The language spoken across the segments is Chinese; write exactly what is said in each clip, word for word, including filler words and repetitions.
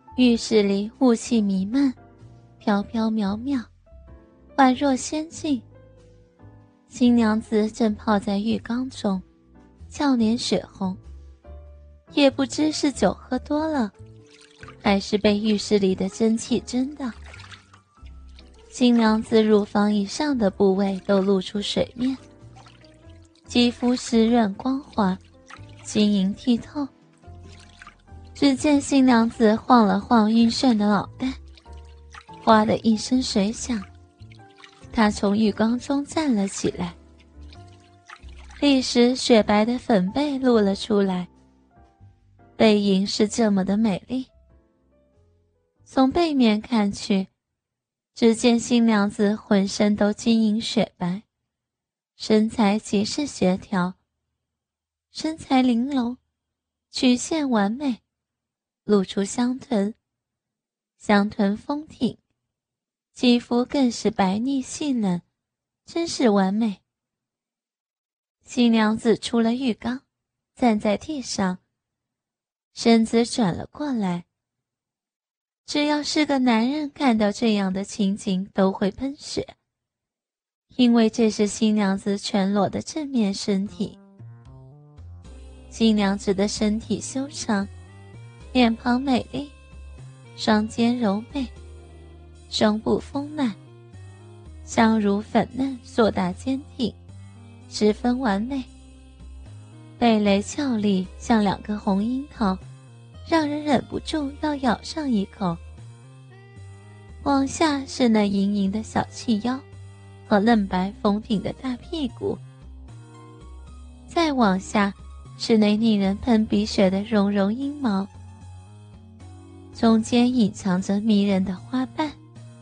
浴室里雾气弥漫，飘飘渺渺，宛若仙境。新娘子正泡在浴缸中，俏脸血红，也不知是酒喝多了，还是被浴室里的蒸汽蒸到。新娘子乳房以上的部位都露出水面，肌肤湿润光滑，晶莹剔透。只见新娘子晃了晃晕眩的脑袋，哗的一声水响，她从浴缸中站了起来，立时雪白的粉背露了出来，背影是这么的美丽。从背面看去，只见新娘子浑身都晶莹雪白，身材极是协调，身材玲珑，曲线完美，露出香臀，香臀丰挺，肌肤更是白腻细嫩，真是完美。新娘子出了浴缸，站在地上，身子转了过来。只要是个男人看到这样的情景都会喷血，因为这是新娘子全裸的正面身体。新娘子的身体修长，脸庞美丽，双肩柔美，胸部丰满，香乳粉嫩，硕大坚挺，十分完美。蓓蕾俏丽，像两个红樱桃，让人忍不住要咬上一口。往下是那盈盈的小细腰和嫩白丰挺的大屁股，再往下是那令人喷鼻血的绒绒阴毛，中间隐藏着迷人的花瓣。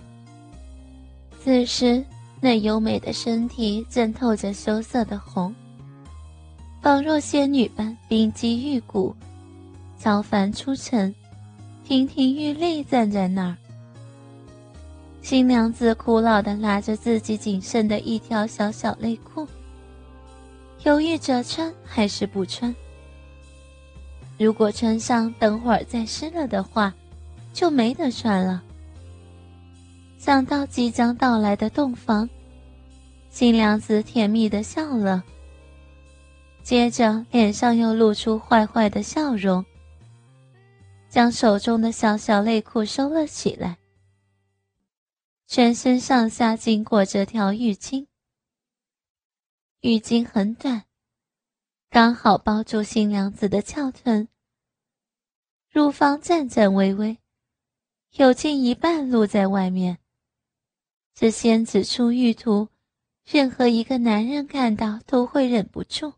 此时那优美的身体正透着羞涩的红，仿若仙女般冰肌玉骨，超凡出尘，亭亭玉立站在那儿。新娘子苦恼地拿着自己仅剩的一条小小内裤，犹豫着穿还是不穿。如果穿上等会儿再湿了的话，就没得穿了。想到即将到来的洞房，新娘子甜蜜地笑了，接着脸上又露出坏坏的笑容，将手中的小小内裤收了起来。全身上下经过这条浴巾，浴巾很短，刚好包住新娘子的翘臀，乳房颤颤巍巍，有近一半露在外面。这仙子出浴图，任何一个男人看到都会忍不住。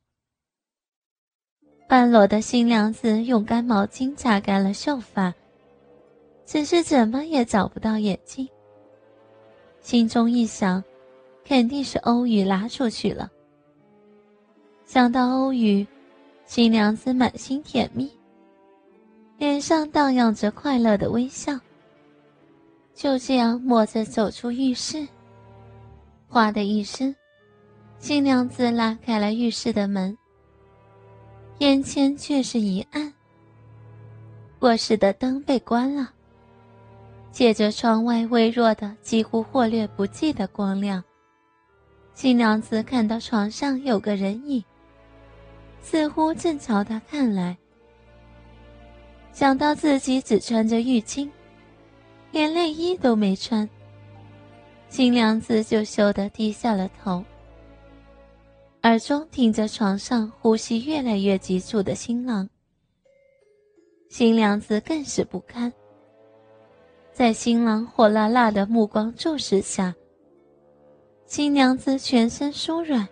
半裸的新娘子用干毛巾擦干了秀发，只是怎么也找不到眼睛。心中一想，肯定是欧宇拉出去了。想到欧宇，新娘子满心甜蜜，脸上荡漾着快乐的微笑。就这样摸着走出浴室，哗的一声，新娘子拉开了浴室的门，眼前却是一暗，卧室的灯被关了，借着窗外微弱的几乎忽略不计的光亮，新娘子看到床上有个人影，似乎正朝她看来。想到自己只穿着浴巾，连内衣都没穿，新娘子就羞得低下了头，耳中听着床上呼吸越来越急促的新郎。新娘子更是不堪，在新郎火辣辣的目光注视下，新娘子全身酥软。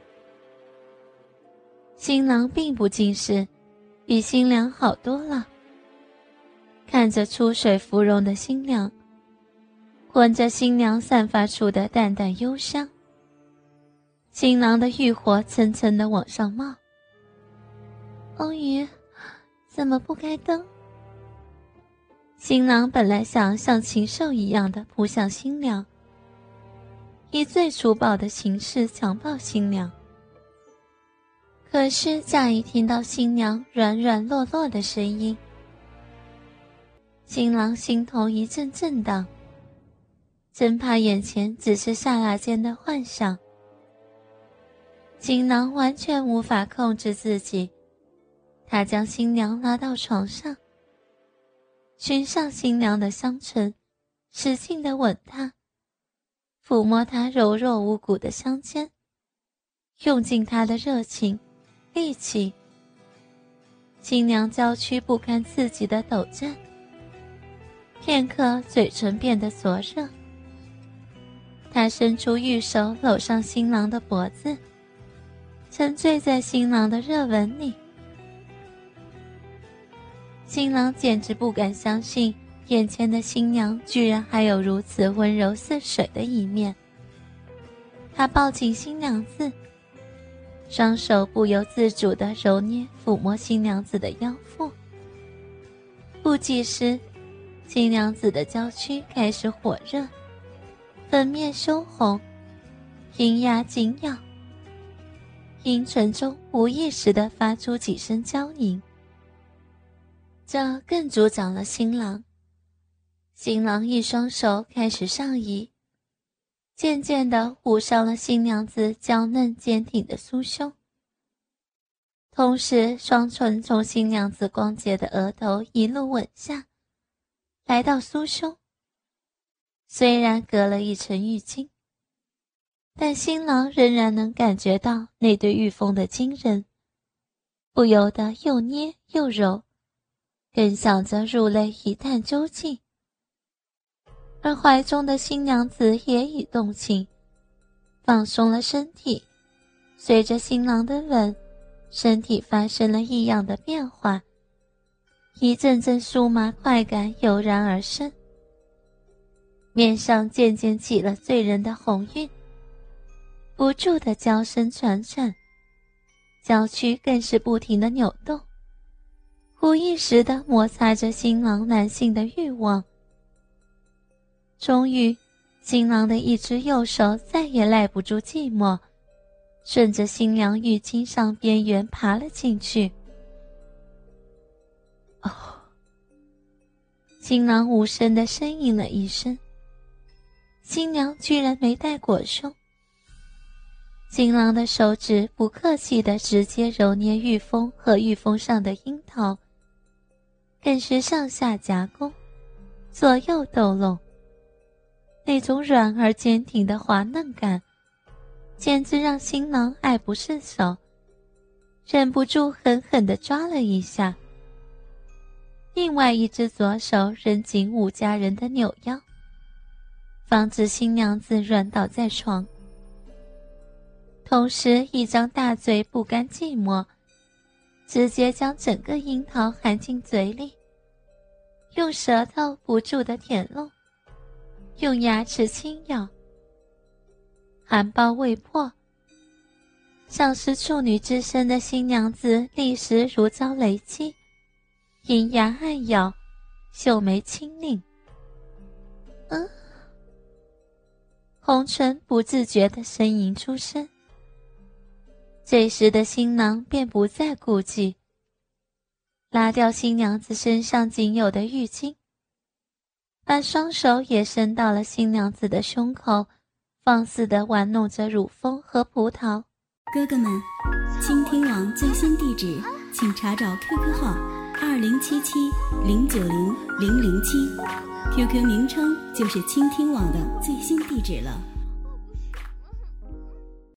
新郎并不近视，比新娘好多了。看着出水芙蓉的新娘，闻着新娘散发出的淡淡幽香，新郎的欲火蹭蹭地往上冒。欧宇，怎么不开灯？新郎本来想像禽兽一样的扑向新娘，以最粗暴的形式强暴新娘。可是乍一听到新娘软软落落的声音， 新郎心头一阵震荡，真怕眼前只是刹那间的幻想。新郎完全无法控制自己，他将新娘拉到床上，寻上新娘的香唇，使劲地吻她，抚摸她柔弱无骨的香肩，用尽她的热情力气。新娘娇躯不堪刺激的抖震，片刻嘴唇变得灼热，她伸出玉手搂上新郎的脖子，沉醉在新郎的热吻里。新郎简直不敢相信眼前的新娘居然还有如此温柔似水的一面。他抱紧新娘子，双手不由自主地揉捏抚摸新娘子的腰腹。不几时，新娘子的娇躯开始火热，粉面羞红，银牙紧咬，阴唇中无意识地发出几声娇吟。这更助长了新郎。新郎一双手开始上移，渐渐地捂上了新娘子娇嫩坚挺的酥胸，同时双唇从新娘子光洁的额头一路吻下，来到酥胸。虽然隔了一层浴巾，但新郎仍然能感觉到那对玉峰的惊人，不由得又捏又揉，更想着入内一探究竟。而怀中的新娘子也已动情，放松了身体，随着新郎的吻，身体发生了异样的变化，一阵阵酥麻快感油然而生，面上渐渐起了醉人的红晕，不住的娇声传传，娇躯更是不停的扭动，无意识地摩擦着新郎男性的欲望。终于，新郎的一只右手再也耐不住寂寞，顺着新娘浴巾上边缘爬了进去。哦，新郎无声地呻吟了一声，新娘居然没带裹胸。新郎的手指不客气地直接揉捏玉峰和玉峰上的樱桃，更是上下夹攻，左右逗弄，那种软而坚挺的滑嫩感，简直让新郎爱不释手，忍不住狠狠地抓了一下。另外一只左手仍紧捂家人的扭腰，防止新娘子软倒在床，同时一张大嘴不甘寂寞，直接将整个樱桃含进嘴里，用舌头不住地舔弄，用牙齿轻咬，含苞未破。像是处女之身的新娘子立时如遭雷击，银牙暗咬，秀眉轻拧，嗯，红唇不自觉地呻吟出声。这时的新郎便不再顾忌，拉掉新娘子身上仅有的浴巾，把双手也伸到了新娘子的胸口，放肆地玩弄着乳峰和葡萄。 哥哥们，倾听网最新地址请查找 Q Q 号二零七七零九零零零七 ，Q Q 名称就是倾听网的最新地址了。